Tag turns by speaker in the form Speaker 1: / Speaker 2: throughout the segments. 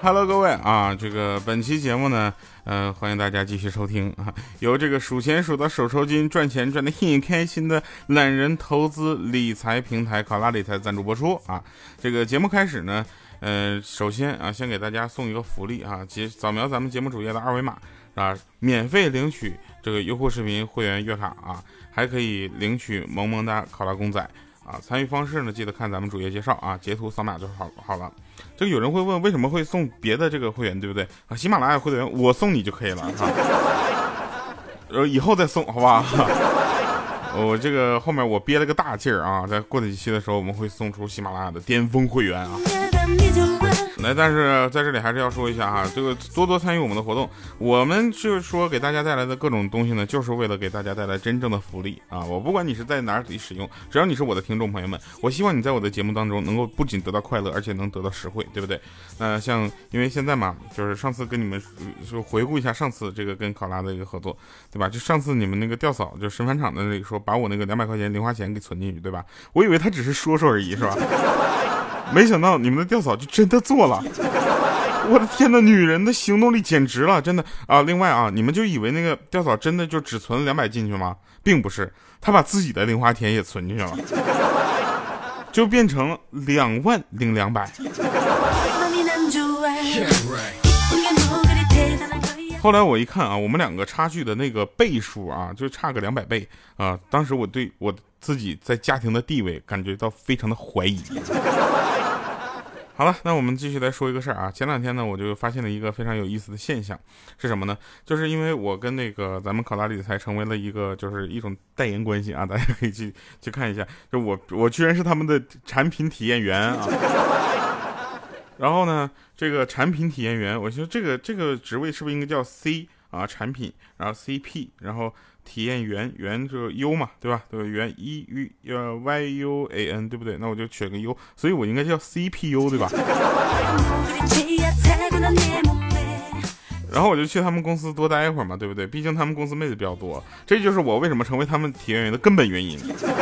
Speaker 1: Hello， 各位啊，这个本期节目呢，欢迎大家继续收听啊，由这个数钱数到手抽筋、赚钱赚得很开心的懒人投资理财平台考拉理财赞助播出啊。这个节目开始呢，首先啊，先给大家送一个福利啊，扫描咱们节目主页的二维码啊，免费领取这个优酷视频会员月卡啊，还可以领取萌萌哒考拉公仔。啊，参与方式呢，记得看咱们主页介绍啊，截图扫码就好了。这个有人会问，为什么会送别的这个会员，对不对啊？喜马拉雅会员我送你就可以了哈，以后再送好吧？我这个后面我憋了个大劲儿啊，在过几期的时候我们会送出喜马拉雅的巅峰会员啊。来，但是在这里还是要说一下哈，这个多多参与我们的活动。我们就是说给大家带来的各种东西呢，就是为了给大家带来真正的福利啊！我不管你是在哪里使用，只要你是我的听众朋友们，我希望你在我的节目当中能够不仅得到快乐，而且能得到实惠，对不对？像因为现在嘛，就是上次跟你们就回顾一下上次这个跟考拉的一个合作，对吧？就上次你们那个吊嫂就神返场的那里说，把我那个200块钱零花钱给存进去，对吧？我以为他只是说说而已，是吧？没想到你们的吊嫂就真的做了，我的天哪，女人的行动力简直了，真的啊！另外啊，你们就以为那个吊嫂真的就只存了200进去吗？并不是，她把自己的零花钱也存进去了，就变成了20200。后来我一看啊，我们两个差距的那个倍数啊，就差个200倍啊！当时我对我自己在家庭的地位感觉到非常的怀疑。好了，那我们继续来说一个事儿啊。前两天呢，我就发现了一个非常有意思的现象，是什么呢？就是因为我跟那个咱们考拉理财成为了就是一种代言关系啊，大家可以去看一下。就我居然是他们的产品体验员啊。然后呢，这个产品体验员，我觉得这个职位是不是应该叫 C 啊？产品，然后 CP， 然后体验员这个 U 嘛，对吧？对吧？员 YUAN 对不对？那我就取个 U， 所以我应该叫 CPU 对吧？然后我就去他们公司多待一会儿嘛，对不对？毕竟他们公司妹子比较多，这就是我为什么成为他们体验员的根本原因。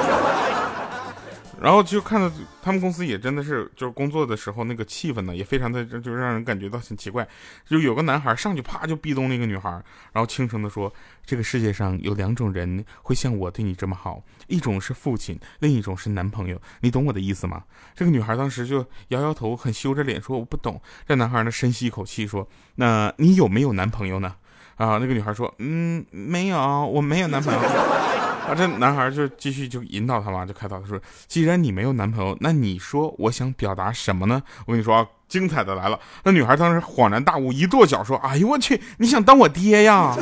Speaker 1: 然后就看到他们公司也真的是，就是工作的时候那个气氛呢，也非常的就让人感觉到很奇怪。就有个男孩上去啪就壁咚那个女孩，然后轻声的说：“这个世界上有2种人会像我对你这么好，一种是父亲，另一种是男朋友。你懂我的意思吗？”这个女孩当时就摇摇头，很羞着脸说：“我不懂。”这男孩呢深吸一口气说：“那你有没有男朋友呢？”啊，那个女孩说：“没有，我没有男朋友。”啊，这男孩就继续就引导他嘛，就开导他说：“既然你没有男朋友，那你说我想表达什么呢？”我跟你说啊，精彩的来了。那女孩当时恍然大悟，一跺脚说：“哎呦我去，你想当我爹呀？”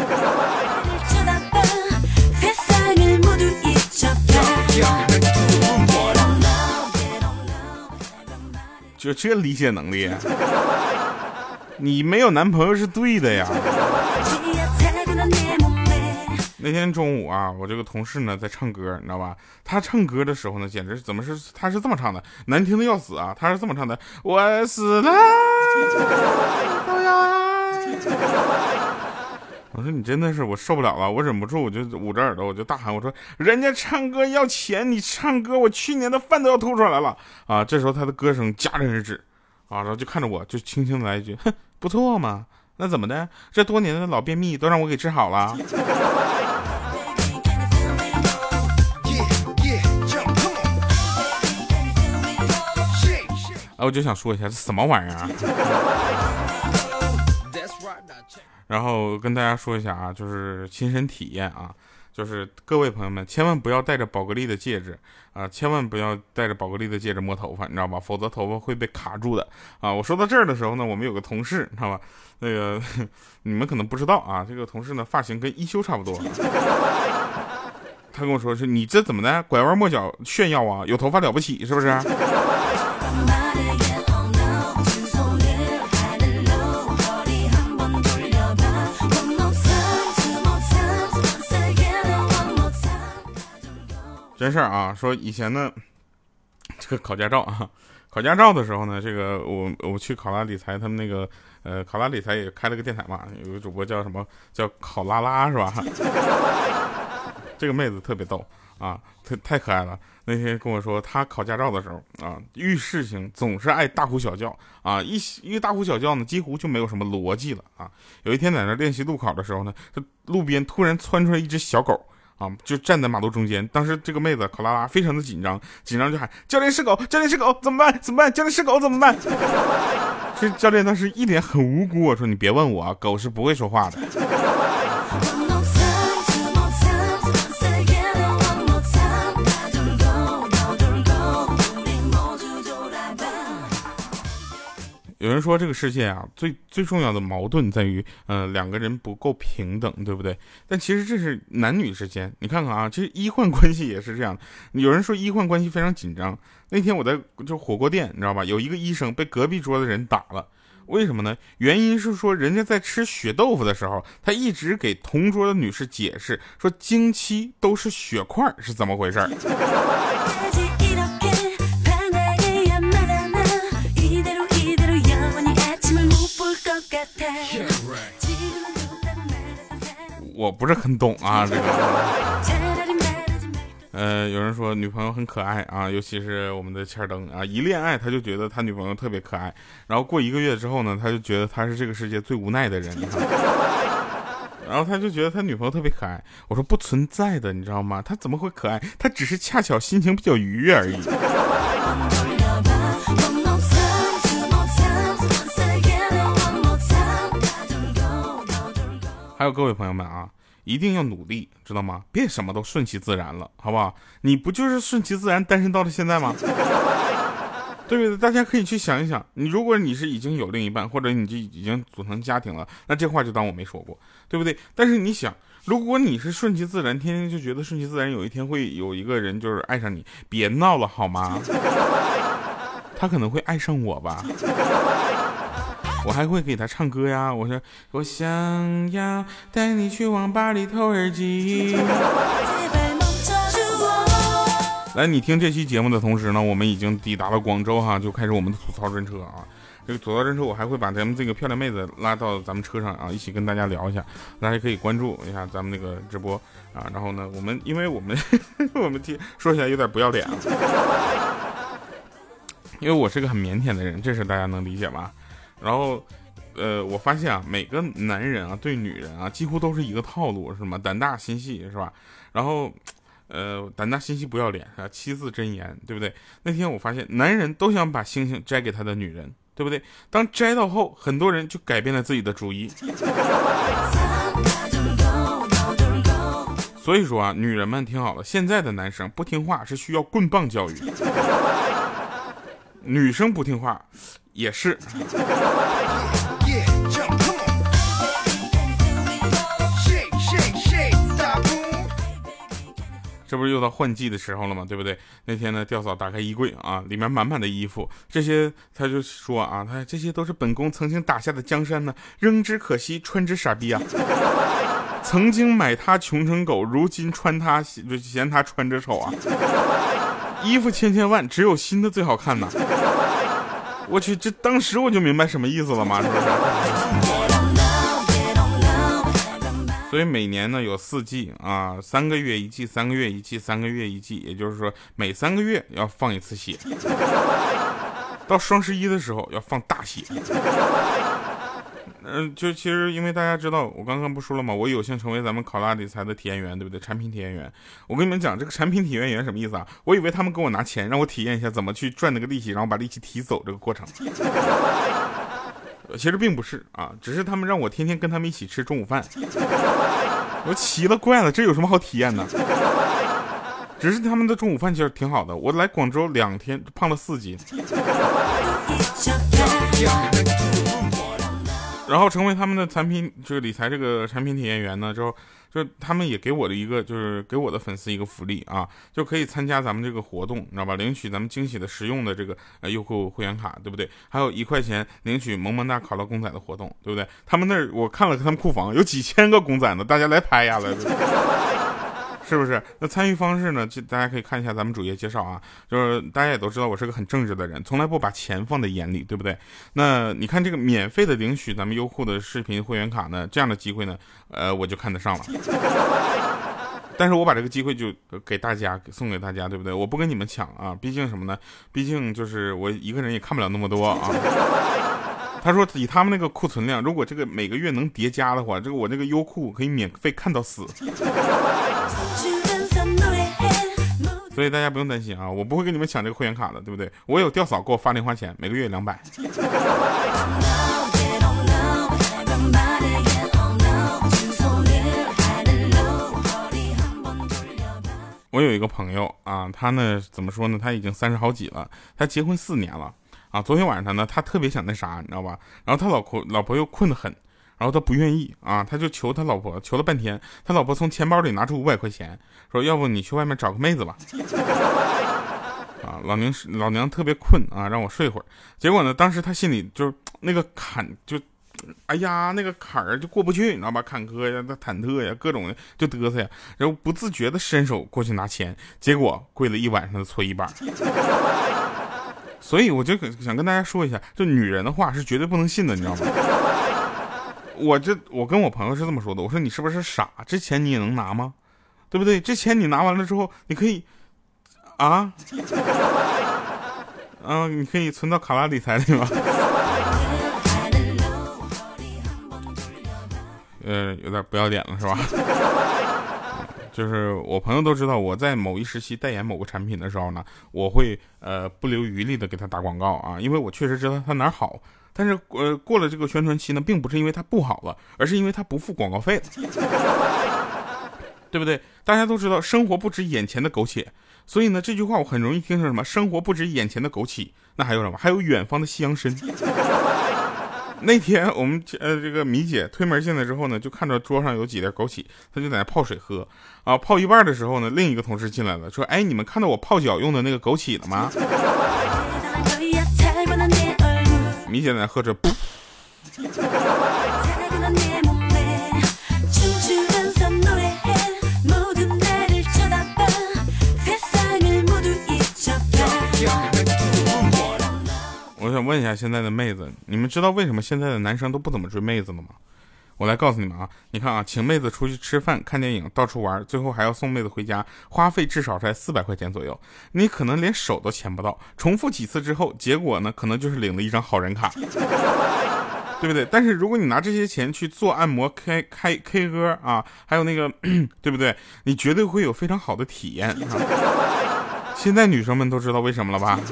Speaker 1: 就这理解能力，你没有男朋友是对的呀。那天中午啊，我这个同事呢在唱歌，你知道吧？他唱歌的时候呢，简直他是这么唱的，难听的要死啊！他是这么唱的：“我死了都要爱。”我说你真的是，我受不了了，我忍不住，我就捂着耳朵，我就大喊，我说：“人家唱歌要钱，你唱歌，我去年的饭都要吐出来了啊！”这时候他的歌声戛然而止啊，然后就看着我，就轻轻的来一句：“哼，不错嘛，那怎么的？这多年的老便秘都让我给治好了。”我就想说一下这什么玩意儿啊。然后跟大家说一下啊，就是亲身体验啊，就是各位朋友们千万不要戴着宝格丽的戒指啊，千万不要戴着宝格丽的戒指摸头发，你知道吧？否则头发会被卡住的啊。我说到这儿的时候呢，我们有个同事，知道吧？那个你们可能不知道啊，这个同事呢发型跟一休差不多。他跟我说：“是你这怎么的？拐弯抹角炫耀啊？有头发了不起是不是？”真事儿啊，说以前呢，这个考驾照啊，考驾照的时候呢，这个我去考拉理财，他们那个考拉理财也开了个电台嘛，有个主播叫什么叫考拉拉是吧？这个妹子特别逗啊，太可爱了。那天跟我说，他考驾照的时候啊，遇事情总是爱大呼小叫啊，一大呼小叫呢，几乎就没有什么逻辑了啊。有一天在那练习路考的时候呢，这路边突然窜出来一只小狗啊，就站在马路中间。当时这个妹子考拉拉非常的紧张就喊教练是狗，教练是狗，怎么办？怎么办？教练是狗怎么办？这教练当时一脸很无辜，我说你别问我啊，狗是不会说话的。有人说这个世界啊，最重要的矛盾在于，两个人不够平等，对不对？但其实这是男女之间，你看看啊，其实医患关系也是这样。有人说医患关系非常紧张。那天我在就火锅店，你知道吧？有一个医生被隔壁桌的人打了，为什么呢？原因是说人家在吃血豆腐的时候，他一直给同桌的女士解释说经期都是血块是怎么回事。我不是很懂啊，这个。有人说女朋友很可爱啊，尤其是我们的欠灯啊，一恋爱他就觉得他女朋友特别可爱，然后过1个月之后呢，他就觉得他是这个世界最无奈的人，然后他就觉得他女朋友特别可爱。我说不存在的，你知道吗？他怎么会可爱？他只是恰巧心情比较愉悦而已。还有各位朋友们啊，一定要努力，知道吗？别什么都顺其自然了，好不好？你不就是顺其自然单身到了现在吗？对不对？大家可以去想一想，如果你是已经有另一半，或者你就已经组成家庭了，那这话就当我没说过，对不对？但是你想，如果你是顺其自然，天天就觉得顺其自然，有一天会有一个人就是爱上你，别闹了好吗？他可能会爱上我吧。我还会给他唱歌呀，我说我想要带你去网吧里偷耳机。来，你听这期节目的同时呢，我们已经抵达了广州哈，就开始我们的吐槽专车啊。这个吐槽专车我还会把咱们这个漂亮妹子拉到咱们车上啊，一起跟大家聊一下，大家可以关注一下咱们那个直播啊。然后呢，因为我们说起来有点不要脸啊，因为我是个很腼腆的人，这事大家能理解吧？然后，我发现啊，每个男人啊对女人啊几乎都是一个套路，是吗？胆大心细，是吧？然后，胆大心细不要脸啊，7字真言，对不对？那天我发现，男人都想把星星摘给他的女人，对不对？当摘到后，很多人就改变了自己的主意。所以说啊，女人们听好了，现在的男生不听话是需要棍棒教育，女生不听话也是。这不是又到换季的时候了吗？对不对？那天呢，吊嫂打开衣柜啊，里面满满的衣服，这些他就说啊，他这些都是本宫曾经打下的江山呢，扔之可惜，穿之傻逼啊。曾经买它穷成狗，如今穿它嫌它穿着丑啊。衣服千千万，只有新的最好看呐。我去，这当时我就明白什么意思了吗？是不是？所以每年呢有4季啊，3个月一季，3个月一季，3个月一季，也就是说每3个月要放一次血。到双11的时候要放大血。就其实因为大家知道，我刚刚不说了吗？我有幸成为咱们考拉理财的体验员，对不对？产品体验员。我跟你们讲，这个产品体验员什么意思啊？我以为他们给我拿钱，让我体验一下怎么去赚那个利息，然后把利息提走这个过程。其实并不是啊，只是他们让我天天跟他们一起吃中午饭。我奇了怪了，这有什么好体验的？只是他们的中午饭其实挺好的。我来广州2天，胖了4斤。然后成为他们的产品就是理财这个产品体验员呢之后，就他们也给我的一个就是给我的粉丝一个福利啊，就可以参加咱们这个活动，你知道吧？领取咱们惊喜的实用的这个优酷会员卡，对不对？还有1块钱领取萌萌哒考拉公仔的活动，对不对？他们那儿我看了他们库房有几千个公仔呢，大家来拍呀来。是不是？那参与方式呢？就大家可以看一下咱们主页介绍啊。就是大家也都知道我是个很正直的人，从来不把钱放在眼里，对不对？那你看这个免费的领取咱们优酷的视频会员卡呢，这样的机会呢，我就看得上了。 但是我把这个机会就给大家，送给大家，对不对？我不跟你们抢啊，毕竟什么呢？毕竟就是我一个人也看不了那么多啊。他说以他们那个库存量，如果这个每个月能叠加的话，这个我这个优酷可以免费看到死。所以大家不用担心啊，我不会跟你们抢这个会员卡的，对不对？我有吊嫂给我发零花钱，每个月200。我有一个朋友啊，他呢怎么说呢？他已经30好几了，他结婚4年了啊。昨天晚上呢，他特别想那啥，你知道吧？然后他老婆又困得很，然后他不愿意啊，他就求他老婆，求了半天。他老婆从钱包里拿出500块钱，说要不你去外面找个妹子吧。啊，老娘特别困啊，让我睡会儿。结果呢，当时他心里就是那个坎就。哎呀，那个坎儿就过不去，你知道吧？坎坷呀，忐忑呀，各种的就嘚瑟呀，然后不自觉的伸手过去拿钱，结果跪了一晚上的搓衣板。所以我就想跟大家说一下，就女人的话是绝对不能信的，你知道吗？我跟我朋友是这么说的，我说你是不是傻？这钱你也能拿吗？对不对？这钱你拿完了之后，你可以你可以存到卡拉理财里吗？有点不要脸了是吧？就是我朋友都知道，我在某一时期代言某个产品的时候呢，我会不留余力的给他打广告啊，因为我确实知道他哪儿好。但是过了这个宣传期呢，并不是因为他不好了，而是因为他不付广告费了，对不对？大家都知道生活不止眼前的苟且，所以呢这句话我很容易听成什么？生活不止眼前的枸杞，那还有什么？还有远方的夕阳深。那天我们这个米姐推门进来之后呢，就看到桌上有几袋枸杞，她就在那泡水喝啊。泡一半的时候呢，另一个同事进来了，说：“哎，你们看到我泡脚用的那个枸杞了吗？”米姐在那喝着，我想问一下现在的妹子，你们知道为什么现在的男生都不怎么追妹子了吗？我来告诉你们啊，你看啊，请妹子出去吃饭、看电影、到处玩，最后还要送妹子回家，花费至少才400块钱左右，你可能连手都牵不到。重复几次之后，结果呢，可能就是领了一张好人卡，对不对？但是如果你拿这些钱去做按摩、K 歌啊，还有那个，对不对？你绝对会有非常好的体验啊。现在女生们都知道为什么了吧？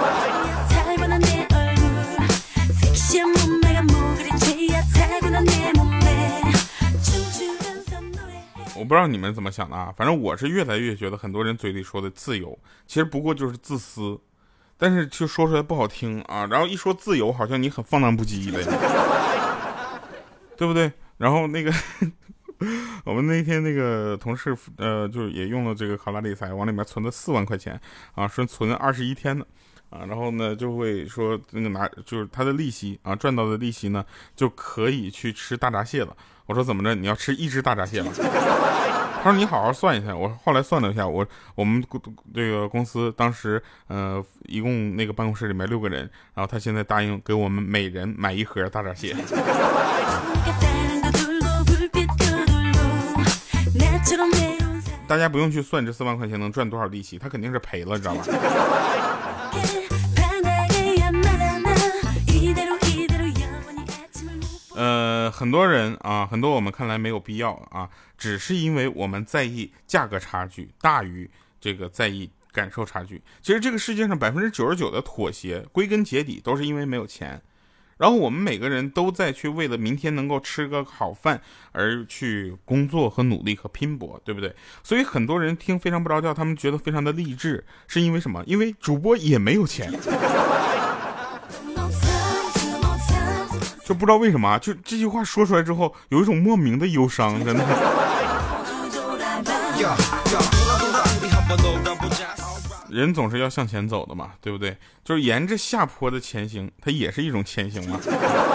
Speaker 1: 我不知道你们怎么想的啊，反正我是越来越觉得很多人嘴里说的自由，其实不过就是自私，但是就说出来不好听啊。然后一说自由，好像你很放荡不羁的，对不对？然后那个我们那天那个同事就也用了这个卡拉理财，往里面存了4万块钱啊，说存了21天呢。啊，然后呢就会说那个就是他的利息啊，赚到的利息呢就可以去吃大闸蟹了。我说怎么着，你要吃1只大闸蟹吗？他说你好好算一下。我后来算了一下，我们这个公司当时一共那个办公室里面6个人，然后他现在答应给我们每人买1盒大闸蟹。大家不用去算这4万块钱能赚多少利息，他肯定是赔了，知道吧？很多人啊，很多我们看来没有必要啊，只是因为我们在意价格差距大于这个在意感受差距。其实这个世界上99%的妥协，归根结底都是因为没有钱。然后我们每个人都在去为了明天能够吃个好饭而去工作和努力和拼搏，对不对？所以很多人听非常不着调，他们觉得非常的励志，是因为什么？因为主播也没有钱。就不知道为什么啊，就这句话说出来之后，有一种莫名的忧伤，真的。人总是要向前走的嘛，对不对？就是沿着下坡的前行，它也是一种前行嘛。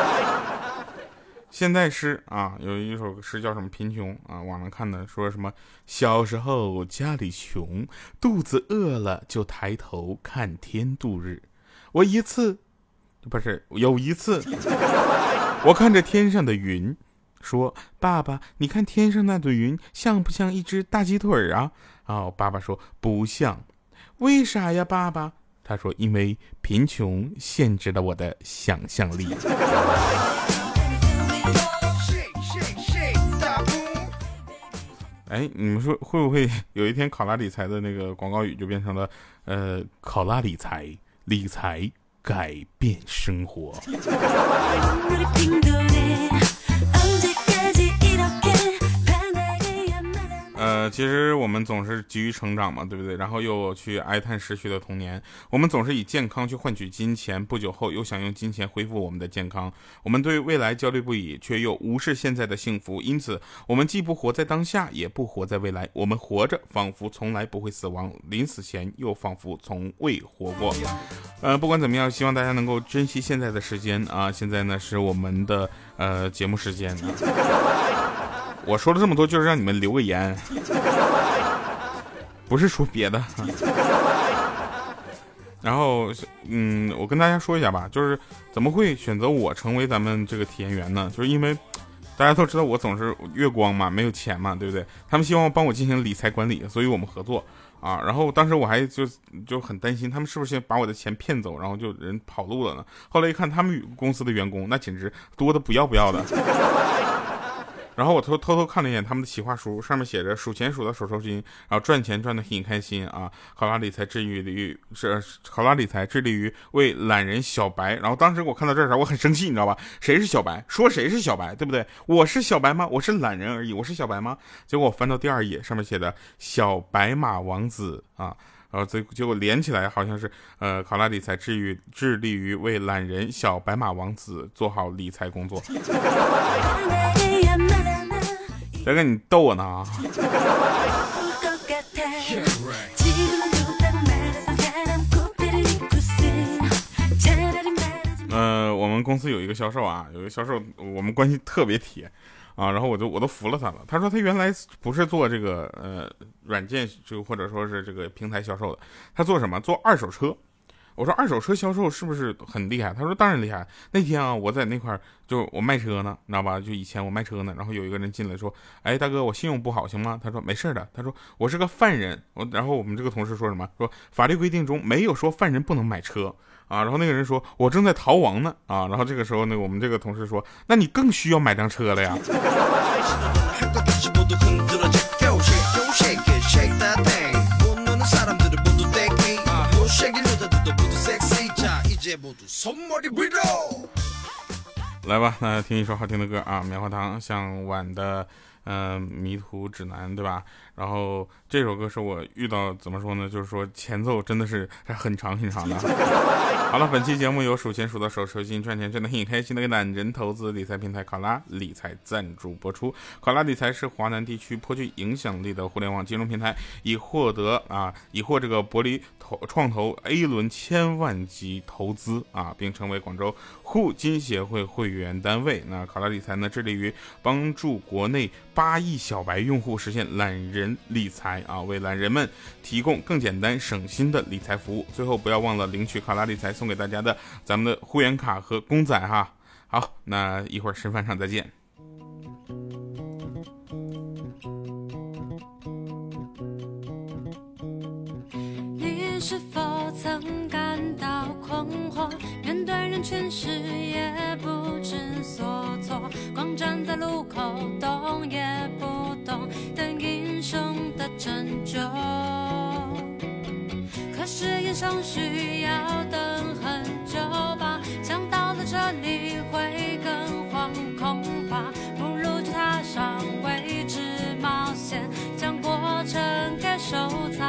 Speaker 1: 现代诗啊，有一首诗叫什么贫穷啊，网上看的说什么小时候家里穷，肚子饿了就抬头看天度日。有一次我看着天上的云说：“爸爸，你看天上那朵云像不像一只大鸡腿啊？”爸爸说：“不像。”为啥呀，爸爸？他说：“因为贫穷限制了我的想象力。”哎，你们说会不会有一天考拉理财的那个广告语就变成了考拉理财，理财改变生活。其实我们总是急于成长嘛，对不对？然后又去哀叹逝去的童年。我们总是以健康去换取金钱，不久后又想用金钱恢复我们的健康。我们对未来焦虑不已，却又无视现在的幸福。因此，我们既不活在当下，也不活在未来。我们活着，仿佛从来不会死亡；临死前，又仿佛从未活过。不管怎么样，希望大家能够珍惜现在的时间啊！现在呢是我们的节目时间。我说了这么多，就是让你们留个言，不是说别的。然后，我跟大家说一下吧，就是怎么会选择我成为咱们这个体验员呢？就是因为大家都知道我总是月光嘛，没有钱嘛，对不对？他们希望帮我进行理财管理，所以我们合作啊。然后当时我还就很担心，他们是不是先把我的钱骗走，然后就人跑路了呢？后来一看，他们公司的员工那简直多的不要的。然后我偷偷看了一眼他们的企划书，上面写着数钱数到手抽筋，然后赚钱赚得很开心啊！考拉理财致力于为懒人小白。然后当时我看到这儿，我很生气，你知道吧？谁是小白？说谁是小白，对不对？我是小白吗？我是懒人而已，我是小白吗？结果我翻到第2页，上面写的小白马王子啊。然后结果连起来好像是考拉理财致力于为懒人小白马王子做好理财工作。在跟你逗我呢啊！我们公司有一个销售啊，我们关系特别铁啊，然后我都服了他了。他说他原来不是做这个软件或者说是这个平台销售的，他做什么？做二手车。我说二手车销售是不是很厉害？他说当然厉害。那天啊，我在那块就我卖车呢，你知道吧？就以前我卖车呢，然后有一个人进来说：“哎，大哥，我信用不好，行吗？”他说：“没事的。”他说：“我是个犯人。”然后我们这个同事说什么？说法律规定中没有说犯人不能买车啊。然后那个人说：“我正在逃亡呢。”啊，然后这个时候呢，我们这个同事说：“那你更需要买辆车了呀。”来吧，那听一首好听的歌啊，棉花糖向晚的迷途指南，对吧？然后这首歌是我遇到怎么说呢，就是说前奏真的是很长很长的。好了，本期节目由数钱数到手抽筋赚钱真的很开心的懒人投资理财平台考拉理财赞助播出。考拉理财是华南地区颇具影响力的互联网金融平台，已获这个伯利创投 A 轮1000万级投资啊，并成为广州沪金协会会员单位。那考拉理财呢，致力于帮助国内8亿小白用户实现懒人理财啊，为懒人们提供更简单省心的理财服务。最后不要忘了领取考拉理财送给大家的咱们的会员卡和公仔哈。好，那一会儿吃饭上再见。
Speaker 2: 你是否曾感到困惑？面对人群时也不知所措，光站在路口动也不动，等英雄的拯救。可是眼上需要等很久吧，想到了这里会更惶恐吧，不如就踏上未知冒险，将过程给收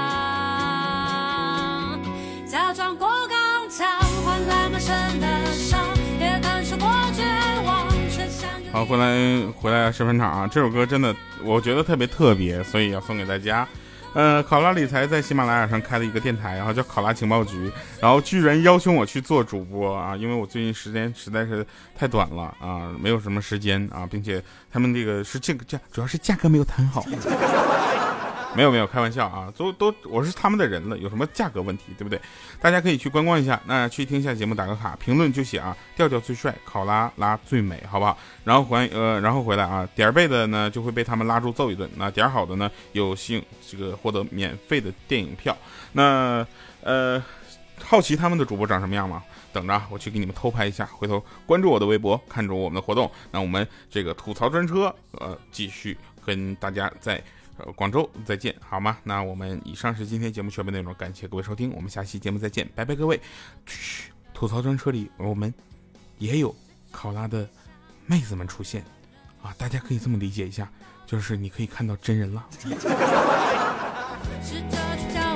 Speaker 2: 藏，假装过刚强，换来满身的伤，也感受过绝望，却想着。
Speaker 1: 好，回来10分场啊！这首歌真的我觉得特别，所以要送给大家。考拉理财在喜马拉雅上开了一个电台，然后叫考拉情报局，然后居然邀请我去做主播啊！因为我最近时间实在是太短了啊，没有什么时间啊，并且他们这个是这个价，主要是价格没有谈好。 没有开玩笑啊，我是他们的人了，有什么价格问题对不对？大家可以去观光一下，那去听一下节目打个卡，评论就写啊，调调最帅，考拉最美，好不好？然后回来啊，点背的呢就会被他们拉住揍一顿，那点好的呢有幸这个获得免费的电影票。那好奇他们的主播长什么样吗？等着我去给你们偷拍一下，回头关注我的微博，看着我们的活动。那我们这个吐槽专车继续跟大家在广州再见，好吗？那我们以上是今天节目全部内容，感谢各位收听，我们下期节目再见，拜拜各位。吐槽专车里我们也有考拉的妹子们出现啊，大家可以这么理解一下，就是你可以看到真人了。